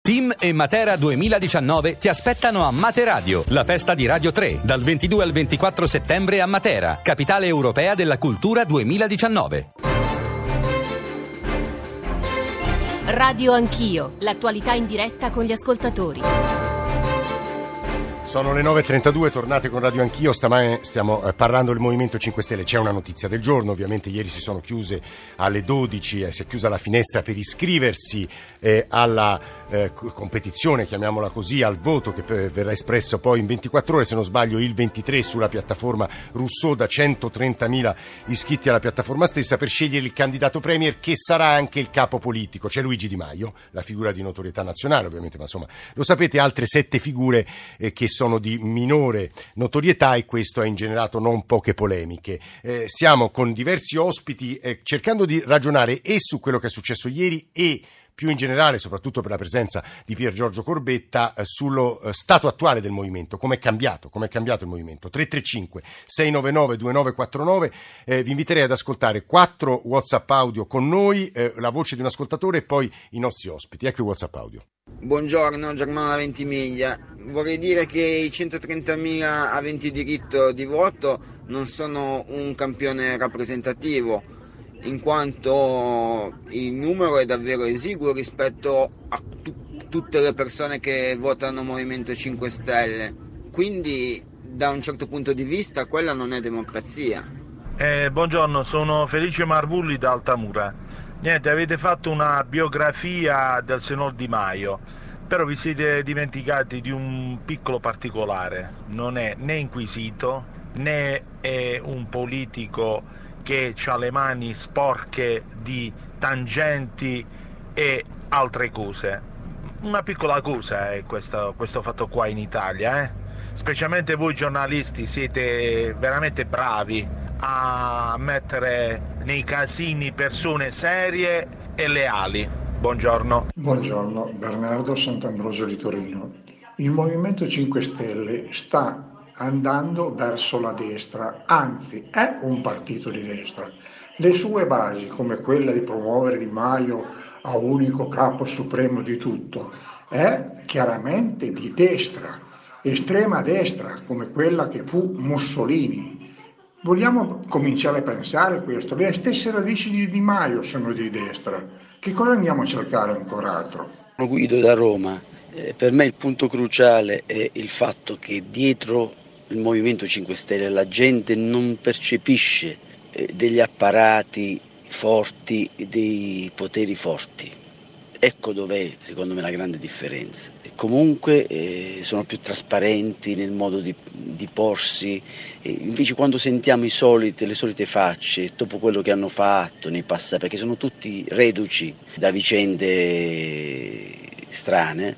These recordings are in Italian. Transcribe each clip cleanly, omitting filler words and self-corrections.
Team e Matera 2019 ti aspettano a Materadio, la festa di Radio 3, dal 22 al 24 settembre a Matera, capitale europea della cultura 2019. Radio Anch'io, l'attualità in diretta con gli ascoltatori. Sono le 9.32, tornate con Radio Anch'io, stamane stiamo parlando del Movimento 5 Stelle, c'è una notizia del giorno, ovviamente ieri si sono chiuse alle 12, si è chiusa la finestra per iscriversi alla competizione, chiamiamola così, al voto che verrà espresso poi in 24 ore, se non sbaglio il 23 sulla piattaforma Rousseau, da 130.000 iscritti alla piattaforma stessa, per scegliere il candidato premier che sarà anche il capo politico. C'è Luigi Di Maio, la figura di notorietà nazionale ovviamente, ma insomma lo sapete, altre 7 figure che sono di minore notorietà, e questo ha ingenerato non poche polemiche. Siamo con diversi ospiti cercando di ragionare e su quello che è successo ieri e più in generale, soprattutto per la presenza di Pier Giorgio Corbetta, sullo stato attuale del movimento, come è cambiato il movimento. 335-699-2949, vi inviterei ad ascoltare 4 WhatsApp audio con noi, la voce di un ascoltatore e poi i nostri ospiti. Ecco i WhatsApp audio. Buongiorno, Germano da Ventimiglia. Vorrei dire che i 130.000 aventi diritto di voto non sono un campione rappresentativo, in quanto il numero è davvero esiguo rispetto a tutte le persone che votano Movimento 5 Stelle. Quindi, da un certo punto di vista, quella non è democrazia. Buongiorno, sono Felice Marvulli da Altamura. Niente, avete fatto una biografia del signor Di Maio, però vi siete dimenticati di un piccolo particolare. Non è né inquisito, né è un politico che ha le mani sporche di tangenti e altre cose. Una piccola cosa è questo fatto qua in Italia, Specialmente voi giornalisti siete veramente bravi a mettere nei casini persone serie e leali. Buongiorno. Buongiorno, Bernardo Sant'Ambrogio di Torino. Il Movimento 5 Stelle sta andando verso la destra, anzi è un partito di destra. Le sue basi, come quella di promuovere Di Maio a unico capo supremo di tutto, è chiaramente di destra, estrema destra, come quella che fu Mussolini. Vogliamo cominciare a pensare questo? Le stesse radici di Di Maio sono di destra. Che cosa andiamo a cercare ancora altro? Guido da Roma. Per me il punto cruciale è il fatto che dietro il Movimento 5 Stelle la gente non percepisce degli apparati forti, dei poteri forti. Ecco dov'è secondo me la grande differenza. Comunque sono più trasparenti nel modo di porsi, invece quando sentiamo le solite facce dopo quello che hanno fatto nei passati, perché sono tutti reduci da vicende strane,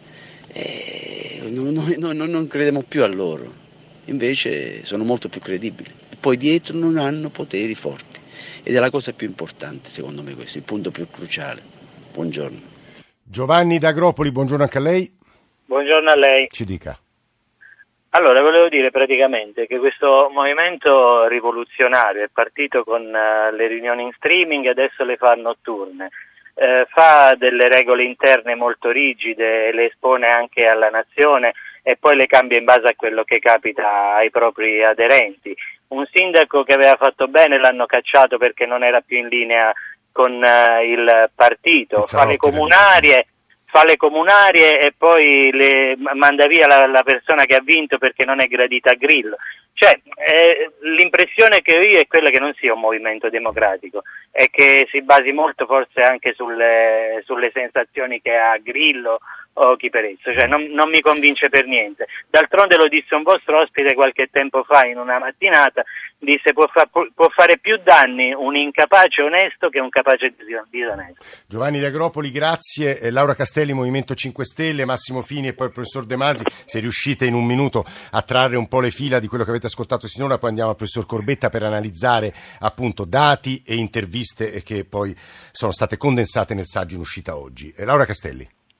non crediamo più a loro. Invece sono molto più credibili e poi dietro non hanno poteri forti, ed è la cosa più importante secondo me, questo è il punto più cruciale. Buongiorno. Giovanni da Agropoli, buongiorno anche a lei. Buongiorno a lei. Ci dica. Allora, volevo dire praticamente che questo movimento rivoluzionario è partito con le riunioni in streaming, adesso le fa notturne. Fa delle regole interne molto rigide, le espone anche alla nazione e poi le cambia in base a quello che capita ai propri aderenti. Un sindaco che aveva fatto bene l'hanno cacciato perché non era più in linea con il partito, fa le comunarie e poi le manda via la persona che ha vinto perché non è gradita a Grillo. Cioè, l'impressione che ho io è quella che non sia un movimento democratico e che si basi molto forse anche sulle sensazioni che ha Grillo o chi per esso, cioè non mi convince per niente. D'altronde lo disse un vostro ospite qualche tempo fa in una mattinata, disse può fare più danni un incapace onesto che un capace disonesto. Giovanni De Agropoli, grazie. Laura Castelli, Movimento 5 Stelle, Massimo Fini e poi il professor De Masi, se riuscite in un minuto a trarre un po' le fila di quello che avete ascoltato sinora, poi andiamo al professor Corbetta per analizzare appunto dati e interviste che poi sono state condensate nel saggio in uscita oggi. Laura Castelli.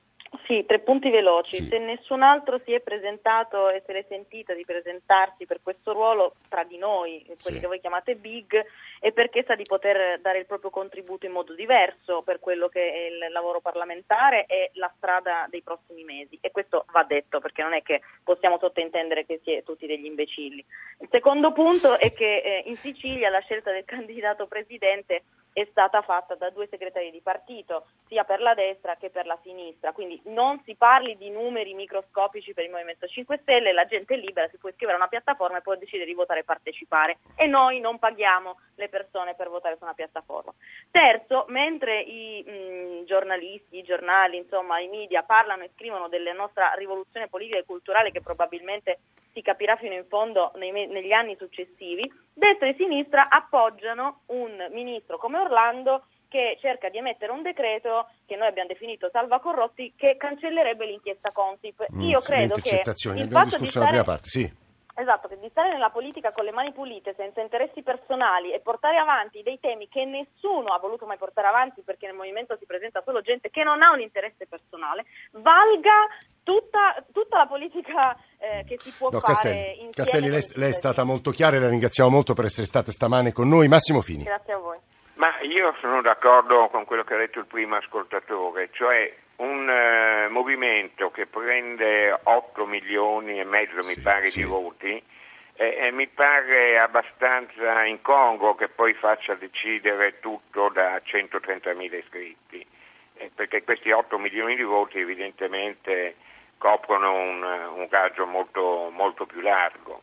Sì, 3 punti veloci. Sì. Se nessun altro si è presentato e se l'è sentita di presentarsi per questo ruolo tra di noi, quelli che voi chiamate big, è perché sa di poter dare il proprio contributo in modo diverso per quello che è il lavoro parlamentare e la strada dei prossimi mesi. E questo va detto, perché non è che possiamo sottintendere che si è tutti degli imbecilli. Il secondo punto è che in Sicilia la scelta del candidato presidente è stata fatta da 2 segretari di partito, sia per la destra che per la sinistra, quindi non si parli di numeri microscopici per il Movimento 5 Stelle, la gente è libera, si può iscrivere a una piattaforma e può decidere di votare e partecipare, e noi non paghiamo le persone per votare su una piattaforma. Terzo, mentre i giornalisti, i giornali, insomma i media parlano e scrivono della nostra rivoluzione politica e culturale, che probabilmente si capirà fino in fondo negli anni successivi, destra e sinistra appoggiano un ministro come Orlando che cerca di emettere un decreto che noi abbiamo definito salvacorrotti, che cancellerebbe l'inchiesta Consip. Io credo che il fatto di stare, prima parte, sì. Esatto, che di stare nella politica con le mani pulite, senza interessi personali, e portare avanti dei temi che nessuno ha voluto mai portare avanti, perché nel movimento si presenta solo gente che non ha un interesse personale, valga tutta la politica che si può fare insieme. Castelli, lei è stata molto chiara e la ringraziamo molto per essere stata stamane con noi. Massimo Fini. Grazie a voi. Ma io sono d'accordo con quello che ha detto il primo ascoltatore, cioè un movimento che prende 8 milioni e mezzo di voti, mi pare abbastanza incongruo che poi faccia decidere tutto da 130.000 iscritti, perché questi 8 milioni di voti evidentemente coprono un raggio molto, molto più largo.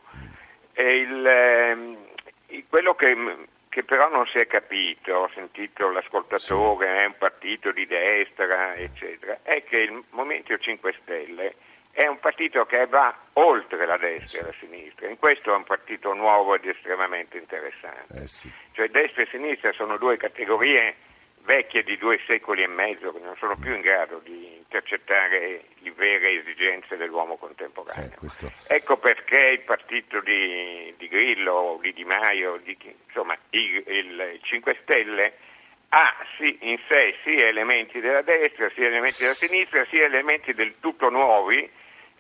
Quello che però non si è capito, ho sentito l'ascoltatore, è un partito di destra, eccetera, è che il Movimento 5 Stelle è un partito che va oltre la destra e la sinistra. In questo è un partito nuovo ed estremamente interessante. Cioè destra e sinistra sono 2 categorie vecchie di 2 secoli e mezzo, che non sono più in grado di intercettare le vere esigenze dell'uomo contemporaneo. Ecco perché il partito di Grillo, di Di Maio, insomma il 5 Stelle ha in sé sia elementi della destra, sia elementi della sinistra, sia elementi del tutto nuovi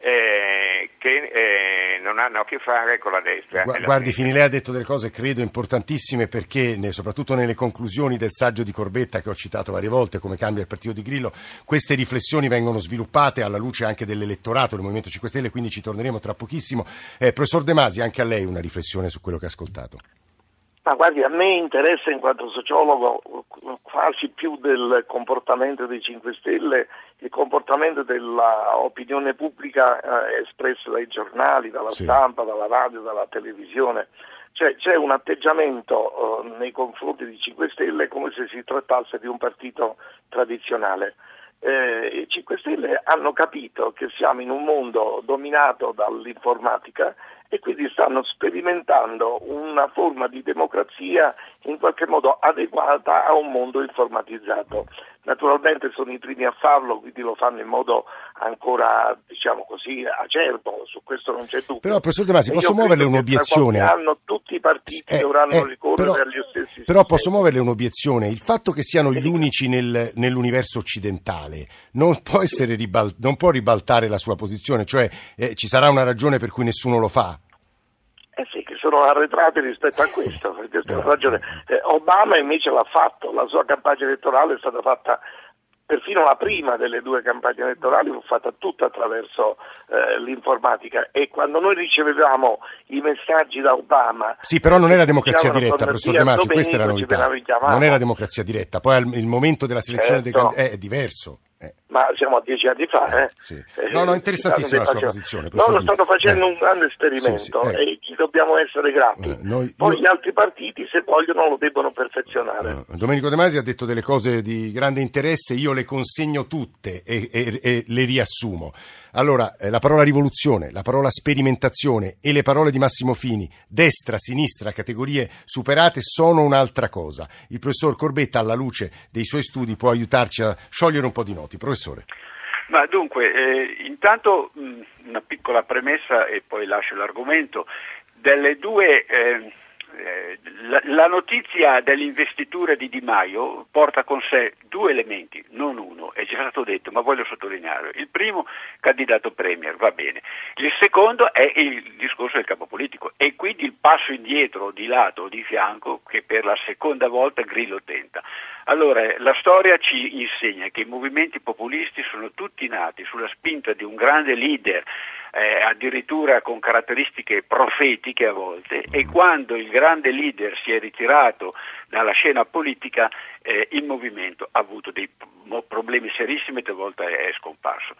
che non hanno a che fare con la destra. Guardi, Fini, lei ha detto delle cose credo importantissime, perché soprattutto nelle conclusioni del saggio di Corbetta, che ho citato varie volte, come cambia il partito di Grillo, queste riflessioni vengono sviluppate alla luce anche dell'elettorato del Movimento 5 Stelle, quindi ci torneremo tra pochissimo. Professor De Masi, anche a lei una riflessione su quello che ha ascoltato. Ma guardi, a me interessa in quanto sociologo quasi più del comportamento dei 5 Stelle il comportamento dell'opinione pubblica espresso dai giornali, dalla stampa, dalla radio, dalla televisione. Cioè c'è un atteggiamento nei confronti dei 5 Stelle come se si trattasse di un partito tradizionale. I 5 Stelle hanno capito che siamo in un mondo dominato dall'informatica e quindi stanno sperimentando una forma di democrazia in qualche modo adeguata a un mondo informatizzato. Naturalmente sono i primi a farlo, quindi lo fanno in modo ancora, diciamo così, acerbo, su questo non c'è dubbio. Però, professor De Masi, posso muoverle un'obiezione? Tutti i partiti dovranno ricorrere agli stessi sistemi. Però posso muoverle un'obiezione? Il fatto che siano gli unici nell'universo occidentale non può ribaltare la sua posizione, cioè ci sarà una ragione per cui nessuno lo fa? Sì, che sono arretrati rispetto a questo, per questa ragione. Obama invece l'ha fatto, la sua campagna elettorale è stata fatta, perfino la prima delle 2 campagne elettorali fu fatta tutta attraverso l'informatica, e quando noi ricevevamo i messaggi da Obama... Sì, però non era democrazia diretta, professor De Masi, questa è la novità. Non era democrazia diretta, poi il momento della selezione dei candidati è diverso. Ma siamo a 10 anni fa, Sì. No, interessantissima la sua posizione. Loro stanno facendo un grande esperimento e ci dobbiamo essere grati. Poi gli altri partiti, se vogliono, lo debbono perfezionare. Domenico De Masi ha detto delle cose di grande interesse, io le consegno tutte e le riassumo. Allora, la parola rivoluzione, la parola sperimentazione e le parole di Massimo Fini, destra, sinistra, categorie superate, sono un'altra cosa. Il professor Corbetta, alla luce dei suoi studi, può aiutarci a sciogliere un po' di nodi. Professore. Ma dunque, intanto una piccola premessa e poi lascio l'argomento. Delle 2 La notizia dell'investitura di Di Maio porta con sé due elementi, non uno, è già stato detto, ma voglio sottolinearlo. Il primo, candidato premier, va bene. Il secondo è il discorso del capo politico e quindi il passo indietro di lato o di fianco che per la seconda volta Grillo tenta. Allora, la storia ci insegna che i movimenti populisti sono tutti nati sulla spinta di un grande leader, addirittura con caratteristiche profetiche a volte, e quando il grande leader si è ritirato dalla scena politica il movimento ha avuto dei problemi serissimi e talvolta è scomparso.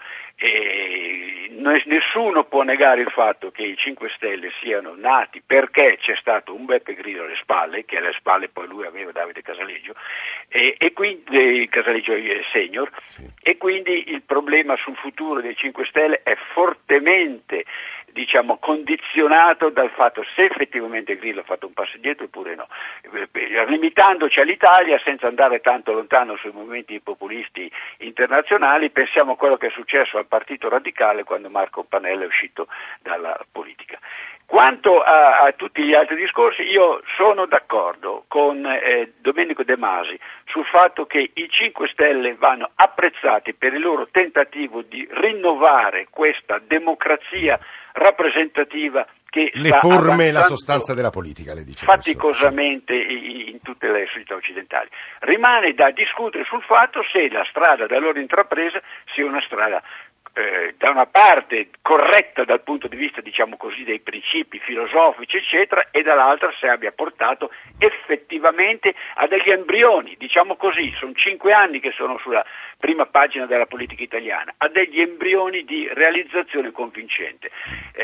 E nessuno può negare il fatto che i 5 Stelle siano nati perché c'è stato un Beppe Grillo alle spalle, che alle spalle poi lui aveva Davide Casaleggio, e quindi Casaleggio senior, sì. E quindi il problema sul futuro dei 5 Stelle è fortemente condizionato dal fatto se effettivamente Grillo ha fatto un passo indietro oppure no. Limitandoci all'Italia, senza andare tanto lontano sui movimenti populisti internazionali, pensiamo a quello che è successo al Partito Radicale quando Marco Pannella è uscito dalla politica. Quanto a tutti gli altri discorsi, io sono d'accordo con Domenico De Masi sul fatto che i 5 Stelle vanno apprezzati per il loro tentativo di rinnovare questa democrazia rappresentativa che le forme e la sostanza della politica, le dice faticosamente in tutte le società occidentali. Rimane da discutere sul fatto se la strada da loro intrapresa sia una strada da una parte corretta dal punto di vista dei principi filosofici eccetera, e dall'altra se abbia portato effettivamente a degli embrioni, sono 5 anni che sono sulla prima pagina della politica italiana, a degli embrioni di realizzazione convincente.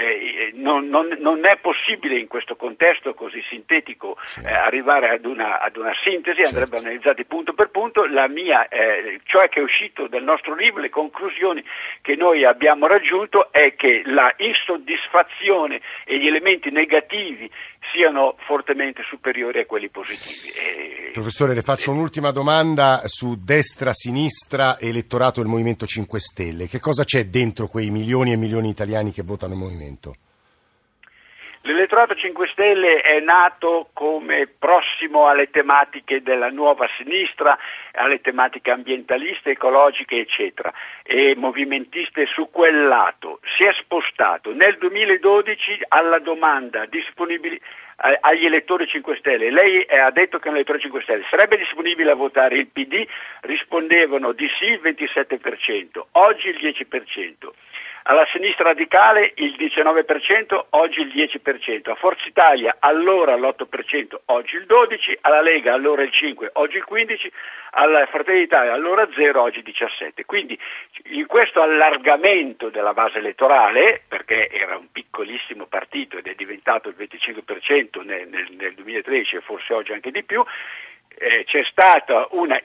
Non è possibile in questo contesto così sintetico arrivare ad una sintesi, andrebbe analizzati punto per punto. La mia, cioè che è uscito dal nostro libro, le conclusioni che noi abbiamo raggiunto è che la insoddisfazione e gli elementi negativi siano fortemente superiori a quelli positivi. Professore, le faccio un'ultima domanda su destra-sinistra, elettorato del Movimento 5 Stelle. Che cosa c'è dentro quei milioni e milioni di italiani che votano il Movimento? L'elettorato 5 Stelle è nato come prossimo alle tematiche della nuova sinistra, alle tematiche ambientaliste, ecologiche, eccetera, e movimentiste su quel lato. Si è spostato nel 2012 alla domanda disponibile agli elettori 5 Stelle. Lei ha detto che un elettore 5 Stelle sarebbe disponibile a votare il PD, rispondevano di sì il 27%, oggi il 10%. Alla sinistra radicale il 19%, oggi il 10%, a Forza Italia allora l'8%, oggi il 12%, alla Lega allora il 5%, oggi il 15%, alla Fratelli d'Italia allora 0%, oggi il 17%. Quindi in questo allargamento della base elettorale, perché era un piccolissimo partito ed è diventato il 25% nel 2013 e forse oggi anche di più, c'è stata una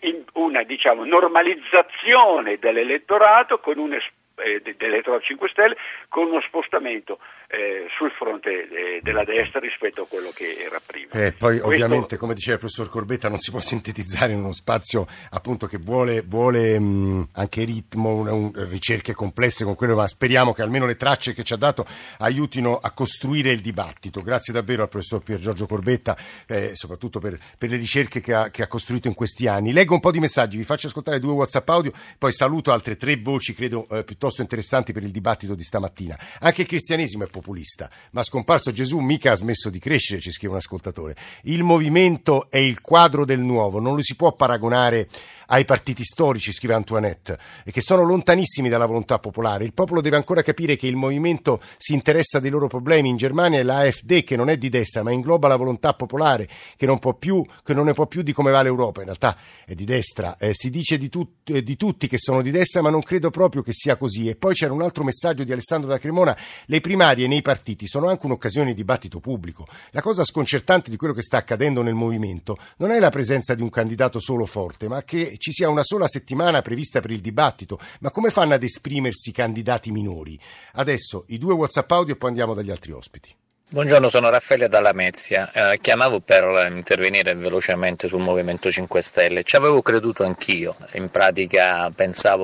normalizzazione dell'elettorato con dell'elettorato 5 Stelle con uno spostamento sul fronte della destra rispetto a quello che era prima. Poi ovviamente, come diceva il professor Corbetta, non si può sintetizzare in uno spazio appunto che vuole anche ritmo, ricerche complesse con quello, ma speriamo che almeno le tracce che ci ha dato aiutino a costruire il dibattito. Grazie davvero al professor Pier Giorgio Corbetta, soprattutto per le ricerche che ha costruito in questi anni. Leggo un po' di messaggi, vi faccio ascoltare 2 WhatsApp audio, poi saluto altre 3 voci, credo piuttosto interessanti per il dibattito di stamattina. Anche il cristianesimo è populista, ma scomparso Gesù mica ha smesso di crescere, ci scrive un ascoltatore. Il movimento è il quadro del nuovo, non lo si può paragonare ai partiti storici, scrive Antoinette, e che sono lontanissimi dalla volontà popolare. Il popolo deve ancora capire che il movimento si interessa dei loro problemi. In Germania è l'AfD, che non è di destra, ma ingloba la volontà popolare, che non ne può più di come va l'Europa. In realtà è di destra. Si dice di tutti che sono di destra, ma non credo proprio che sia così. E poi c'era un altro messaggio di Alessandro da Cremona: le primarie nei partiti sono anche un'occasione di dibattito pubblico. La cosa sconcertante di quello che sta accadendo nel movimento non è la presenza di un candidato solo forte, ma che ci sia una sola settimana prevista per il dibattito. Ma come fanno ad esprimersi i candidati minori? Adesso i 2 WhatsApp audio e poi andiamo dagli altri ospiti. Buongiorno, sono Raffaele dalla Mezia. Chiamavo per intervenire velocemente sul Movimento 5 Stelle. Ci avevo creduto anch'io. In pratica pensavo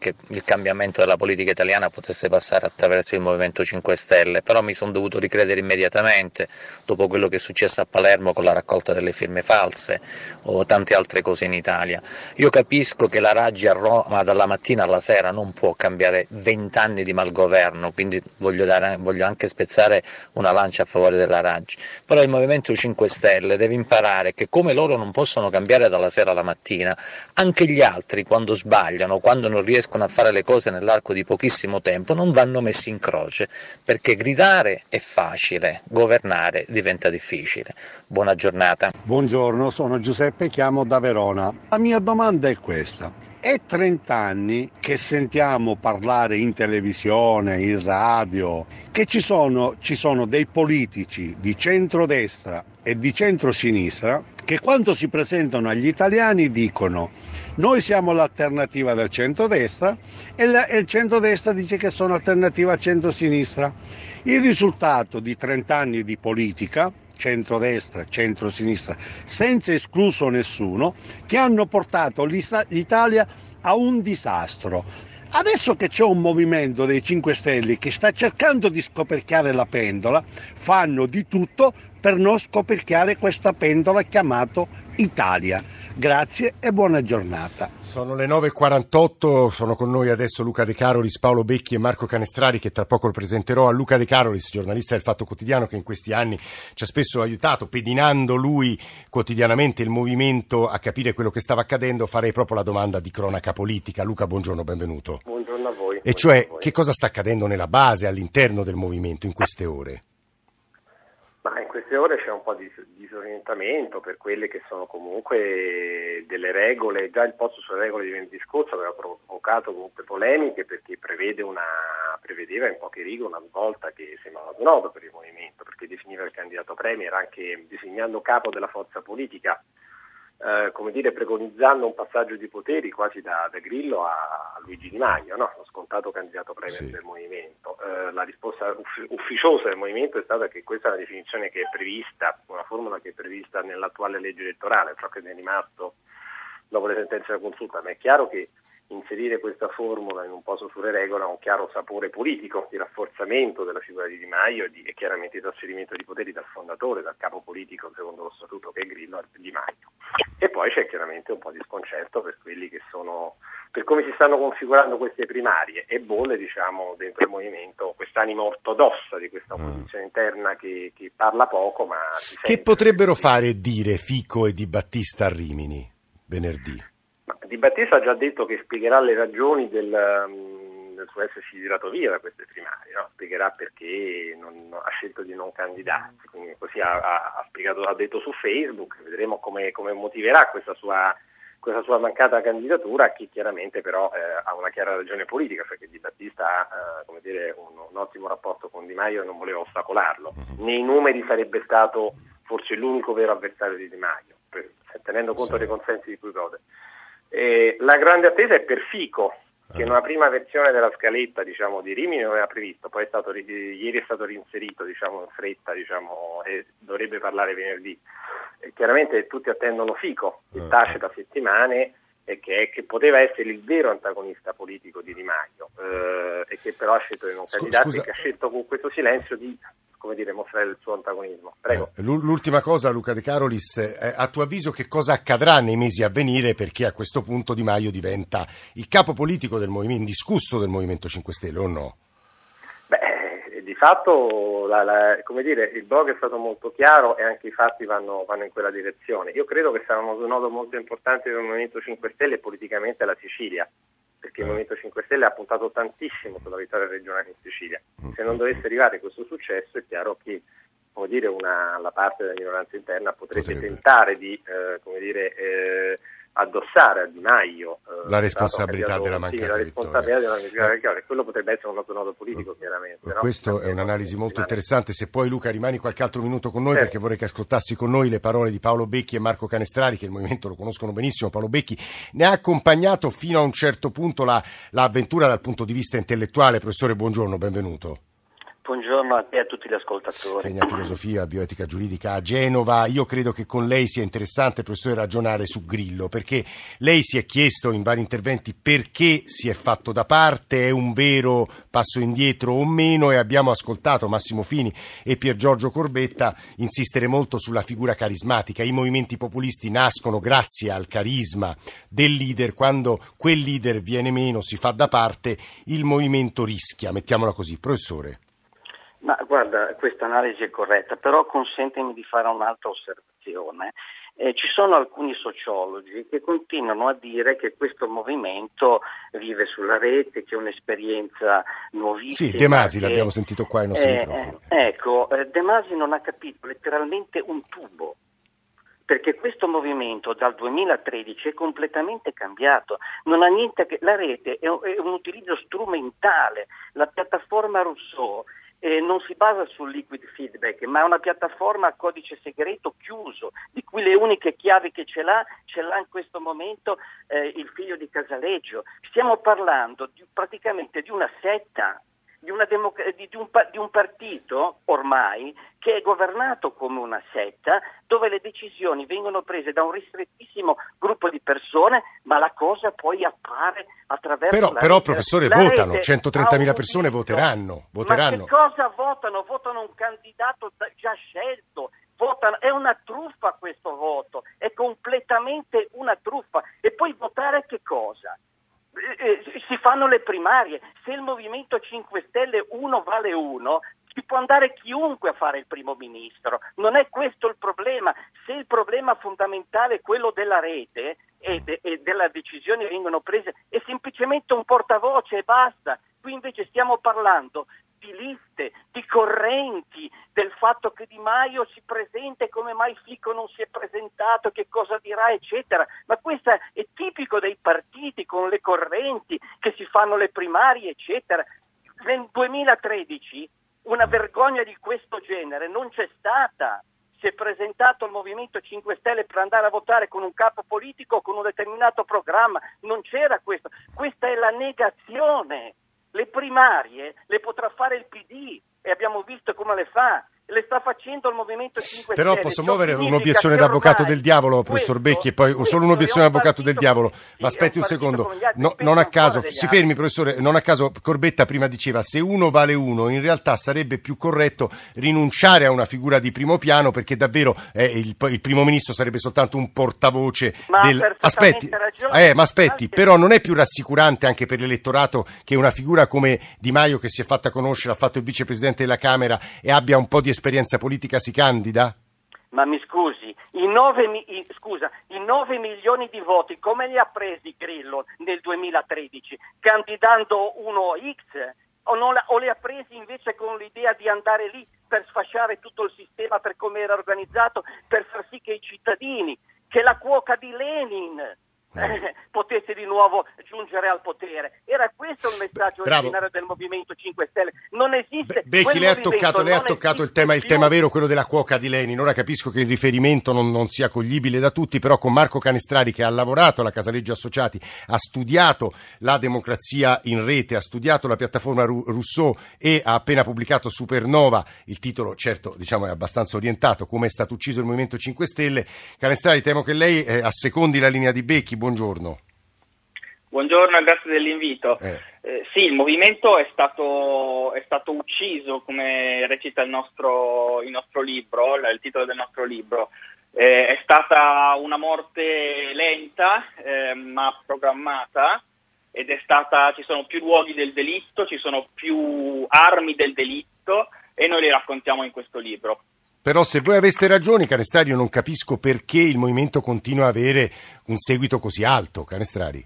che il cambiamento della politica italiana potesse passare attraverso il Movimento 5 Stelle, però mi sono dovuto ricredere immediatamente dopo quello che è successo a Palermo con la raccolta delle firme false o tante altre cose in Italia. Io capisco che la Raggi a Roma dalla mattina alla sera non può cambiare 20 anni di malgoverno, quindi voglio anche spezzare una lancia a favore della Raggi, però il Movimento 5 Stelle deve imparare che come loro non possono cambiare dalla sera alla mattina, anche gli altri quando sbagliano, quando non riescono a fare le cose nell'arco di pochissimo tempo, non vanno messi in croce, perché gridare è facile, governare diventa difficile. Buona giornata. Buongiorno, sono Giuseppe, chiamo da Verona. La mia domanda è questa: è 30 anni che sentiamo parlare in televisione, in radio, che ci sono dei politici di centrodestra e di centrosinistra che quando si presentano agli italiani dicono: noi siamo l'alternativa del centrodestra e il centrodestra dice che sono alternativa al centrosinistra. Il risultato di 30 anni di politica, centrodestra, centrosinistra, senza escluso nessuno, che hanno portato l'Italia a un disastro. Adesso che c'è un movimento dei 5 Stelle che sta cercando di scoperchiare la pendola, fanno di tutto per non scoperchiare questa pendola chiamato Italia. Grazie e buona giornata. Sono le 9.48, sono con noi adesso Luca De Carolis, Paolo Becchi e Marco Canestrari, che tra poco lo presenterò. A Luca De Carolis, giornalista del Fatto Quotidiano, che in questi anni ci ha spesso aiutato, pedinando lui quotidianamente il movimento a capire quello che stava accadendo. Farei proprio la domanda di cronaca politica. Luca, buongiorno, benvenuto. Buongiorno a voi. E cioè, che cosa sta accadendo nella base, all'interno del movimento in queste ore? Ma in queste ore c'è un po' di disorientamento per quelle che sono comunque delle regole. Già il posto sulle regole di venerdì scorso aveva provocato comunque polemiche, perché prevedeva in poche righe una svolta che sembrava snodo per il movimento, perché definiva il candidato premier anche disegnando capo della forza politica, preconizzando un passaggio di poteri quasi da Grillo a Luigi Di Maio, no? Lo scontato candidato premier del movimento. La risposta ufficiosa del movimento è stata che questa è una definizione che è prevista, una formula che è prevista nell'attuale legge elettorale, ciò che ne è rimasto dopo le sentenze della consulta, ma è chiaro che inserire questa formula in un posto sulle regole ha un chiaro sapore politico di rafforzamento della figura di Di Maio e chiaramente di trasferimento di poteri dal fondatore, dal capo politico secondo lo statuto che è Grillo, a Di Maio. E poi c'è chiaramente un po' di sconcerto per quelli che sono, per come si stanno configurando queste primarie, e bolle dentro il movimento quest'anima ortodossa di questa opposizione interna che parla poco ma si che potrebbero fare e dire Fico e Di Battista a Rimini venerdì? Di Battista ha già detto che spiegherà le ragioni del suo essersi tirato via da queste primarie, no? Spiegherà perché ha scelto di non candidarsi, quindi così ha spiegato, ha detto su Facebook. Vedremo come motiverà questa sua mancata candidatura, che chiaramente però ha una chiara ragione politica, perché Di Battista ha un ottimo rapporto con Di Maio e non voleva ostacolarlo. Nei numeri sarebbe stato forse l'unico vero avversario di Di Maio, tenendo conto dei consensi di cui gode. La grande attesa è per Fico, che in una prima versione della scaletta di Rimini non aveva previsto, poi ieri è stato reinserito in fretta e dovrebbe parlare venerdì. Chiaramente tutti attendono Fico, che tace da settimane e che poteva essere il vero antagonista politico di Di Maio, e che però ha scelto di non candidarsi, e che ha scelto con questo silenzio di mostrare il suo antagonismo. Prego. L'ultima cosa, Luca De Carolis, a tuo avviso che cosa accadrà nei mesi a venire, perché a questo punto Di Maio diventa il capo politico del movimento, indiscusso del Movimento 5 Stelle, o no? Di fatto il blog è stato molto chiaro e anche i fatti vanno in quella direzione. Io credo che sarà un nodo molto importante del Movimento 5 Stelle politicamente la Sicilia, perché il Movimento 5 Stelle ha puntato tantissimo sulla vittoria regionale in Sicilia. Se non dovesse arrivare questo successo, è chiaro che la parte della minoranza interna potrebbe tentare di addossare a Di Maio la responsabilità della mancata vittoria. Quello potrebbe essere un altro nodo politico, chiaramente. Questo è un'analisi molto interessante. Se poi, Luca, rimani qualche altro minuto con noi, perché vorrei che ascoltassi con noi le parole di Paolo Becchi e Marco Canestrari, che il movimento lo conoscono benissimo. Paolo Becchi ne ha accompagnato fino a un certo punto l'avventura dal punto di vista intellettuale. Professore, buongiorno, benvenuto. Buongiorno a te e a tutti gli ascoltatori. Insegna filosofia, bioetica giuridica a Genova. Io credo che con lei sia interessante, professore, ragionare su Grillo, perché lei si è chiesto in vari interventi perché si è fatto da parte, è un vero passo indietro o meno, e abbiamo ascoltato Massimo Fini e Pier Giorgio Corbetta insistere molto sulla figura carismatica. I movimenti populisti nascono grazie al carisma del leader. Quando quel leader viene meno, si fa da parte, il movimento rischia, mettiamola così. Professore. Ma guarda, questa analisi è corretta, però consentimi di fare un'altra osservazione. Ci sono alcuni sociologi che continuano a dire che questo movimento vive sulla rete, che è un'esperienza nuovissima. Sì, De Masi l'abbiamo sentito qua ai nostri microfoni. De Masi non ha capito letteralmente un tubo, perché questo movimento dal 2013 è completamente cambiato, non ha niente che... La rete è un utilizzo strumentale, la piattaforma Rousseau non si basa sul liquid feedback, ma è una piattaforma a codice segreto chiuso, di cui le uniche chiavi che ce l'ha in questo momento il figlio di Casaleggio. Stiamo parlando praticamente di una setta, di un partito ormai che è governato come una setta, dove le decisioni vengono prese da un ristrettissimo gruppo di persone, ma la cosa poi appare attraverso Però professore, votano, 130.000 persone voteranno. Ma che cosa votano? Votano un candidato già scelto. È una truffa questo voto, è completamente una truffa. E poi votare che cosa? Si fanno le primarie. Se il Movimento 5 Stelle 1 vale 1, ci può andare chiunque a fare il primo ministro. Non è questo il problema. Se il problema fondamentale è quello della rete e delle decisioni vengono prese, è semplicemente un portavoce e basta. Qui invece stiamo parlando di liste, di correnti, del fatto che Di Maio si presenta e come mai Fico non si è presentato, che cosa dirà, eccetera. Ma questo è tipico dei partiti con le correnti che si fanno le primarie, eccetera. Nel 2013 una vergogna di questo genere non c'è stata. Si è presentato il Movimento 5 Stelle per andare a votare con un capo politico o con un determinato programma. Non c'era questo. Questa è la negazione. Le primarie le potrà fare il PD e abbiamo visto come le fa. Le sta facendo il Movimento 5 Stelle. Però posso muovere un'obiezione d'avvocato del diavolo, professor Becchi, e poi solo un'obiezione d'avvocato del diavolo. Ma aspetti un secondo, non a caso, si fermi professore, non a caso Corbetta prima diceva se uno vale uno, in realtà sarebbe più corretto rinunciare a una figura di primo piano, perché davvero il primo ministro sarebbe soltanto un portavoce del... Aspetti, però non è più rassicurante anche per l'elettorato che una figura come Di Maio, che si è fatta conoscere, ha fatto il vicepresidente della Camera e abbia un po' di esperienza politica, si candida? Ma mi scusi, i 9 milioni di voti come li ha presi Grillo nel 2013? Candidando uno X? O li ha presi invece con l'idea di andare lì per sfasciare tutto il sistema per come era organizzato, per far sì che i cittadini, che la cuoca di Lenin potesse di nuovo giungere al potere? Era questo il messaggio originario del Movimento 5 Stelle. Non esiste. Becchi, lei ha toccato il tema vero, quello della cuoca di Lenin. Ora capisco che il riferimento non sia coglibile da tutti, però con Marco Canestrari, che ha lavorato alla Casaleggio Associati, ha studiato la democrazia in rete, ha studiato la piattaforma Rousseau e ha appena pubblicato Supernova. Il titolo, certo, diciamo, è abbastanza orientato, come è stato ucciso il Movimento 5 Stelle. Canestrari, temo che lei assecondi la linea di Becchi. Buongiorno. Buongiorno e grazie dell'invito. Sì, il movimento è stato ucciso, come recita il nostro libro, il titolo del nostro libro. È stata una morte lenta, ma programmata, ed ci sono più luoghi del delitto, ci sono più armi del delitto, e noi li raccontiamo in questo libro. Però se voi aveste ragione, Canestrari, io non capisco perché il movimento continua a avere un seguito così alto, Canestrari.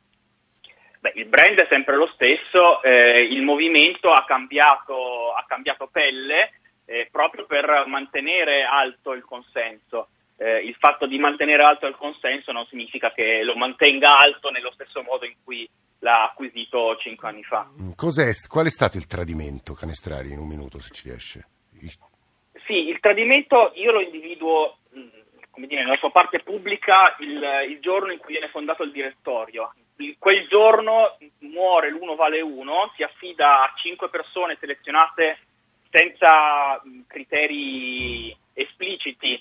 Il brand è sempre lo stesso, il movimento ha cambiato pelle proprio per mantenere alto il consenso. Il fatto di mantenere alto il consenso non significa che lo mantenga alto nello stesso modo in cui l'ha acquisito 5 anni fa. Qual è stato il tradimento, Canestrari, in un minuto, se ci riesce? Sì, il tradimento io lo individuo, nella sua parte pubblica il giorno in cui viene fondato il direttorio. Quel giorno muore l'uno vale uno, si affida a 5 persone selezionate senza criteri espliciti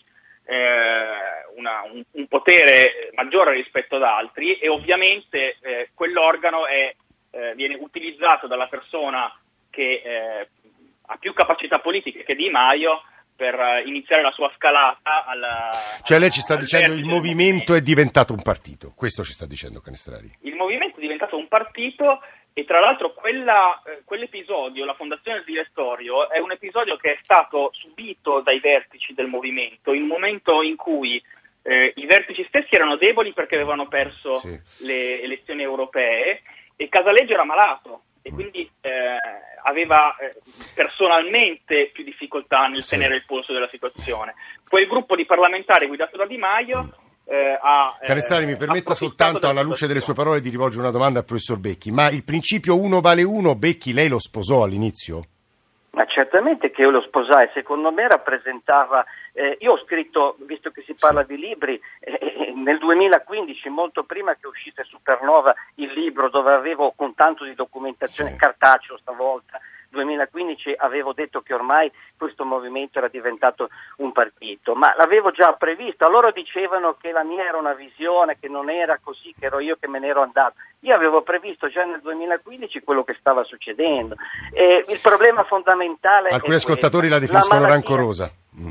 un potere maggiore rispetto ad altri, e ovviamente quell'organo viene utilizzato dalla persona che ha più capacità politiche che Di Maio per iniziare la sua scalata Cioè lei ci sta dicendo il movimento è diventato un partito, questo ci sta dicendo Canestrari. Il movimento è diventato un partito, e tra l'altro quell'episodio, la fondazione del direttorio, è un episodio che è stato subito dai vertici del movimento, il momento in cui i vertici stessi erano deboli perché avevano perso le elezioni europee e Casaleggio era malato e quindi aveva personalmente più difficoltà nel tenere il polso della situazione. Quel gruppo di parlamentari guidato da Di Maio Canestrari, mi permetta soltanto, alla luce delle sue parole, di rivolgere una domanda al professor Becchi. Ma il principio 1 vale 1, Becchi, lei lo sposò all'inizio? Ma certamente che io lo sposai, secondo me rappresentava, io ho scritto, visto che si parla di libri, nel 2015, molto prima che uscisse Supernova, il libro dove avevo, con tanto di documentazione, cartaceo stavolta, 2015 avevo detto che ormai questo movimento era diventato un partito, ma l'avevo già previsto. Loro dicevano che la mia era una visione, che non era così, che ero io che me ne ero andato. Io avevo previsto già nel 2015 quello che stava succedendo. Il problema fondamentale alcuni ascoltatori la definiscono rancorosa.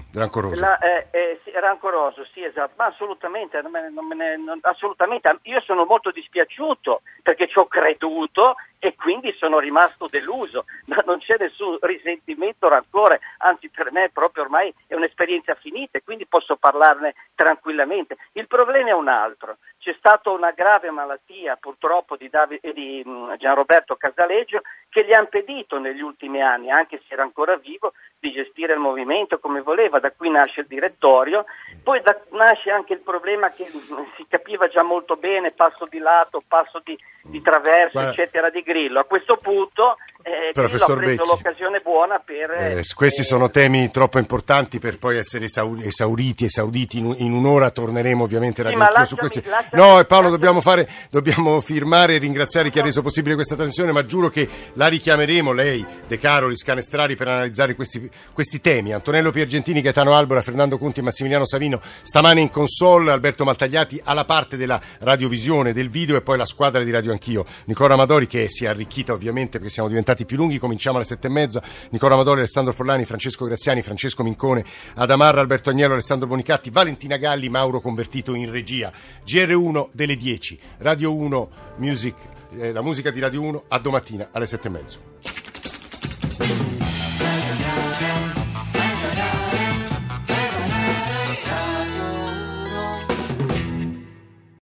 Rancoroso, sì, esatto, ma assolutamente, assolutamente. Io sono molto dispiaciuto perché ci ho creduto e quindi sono rimasto deluso, ma non c'è nessun risentimento, rancore, anzi per me proprio ormai è un'esperienza finita e quindi posso parlarne tranquillamente. Il problema è un altro, c'è stata una grave malattia purtroppo di Gianroberto Casaleggio che gli ha impedito negli ultimi anni, anche se era ancora vivo, di gestire il movimento come voleva. Da qui nasce il direttorio, poi nasce anche il problema che si capiva già molto bene, passo di lato, passo di traverso, eccetera, di Grillo. A questo punto Professor Grillo ha preso Becchi, l'occasione buona per... questi sono temi troppo importanti per poi essere esauditi in un'ora. Torneremo ovviamente su questi. No, Paolo, dobbiamo firmare e ringraziare chi ha reso possibile questa trasmissione, ma giuro che la richiameremo, lei, De Carolis, Canestrari, per analizzare questi temi. Antonello Piergentini, Gaetano Albora, Fernando Conti e Massimiliano Savino stamane in console, Alberto Maltagliati alla parte della radiovisione, del video, e poi la squadra di Radio Anch'io, Nicola Amadori, che si è arricchita ovviamente perché siamo diventati più lunghi. Cominciamo alle 7:30. Nicola Amadori, Alessandro Forlani, Francesco Graziani, Francesco Mincone, Adamarra, Alberto Agnello, Alessandro Bonicatti, Valentina Galli, Mauro Convertito in regia. GR1 delle 10, Radio 1 Music, la musica di Radio 1 a domattina alle 7:30.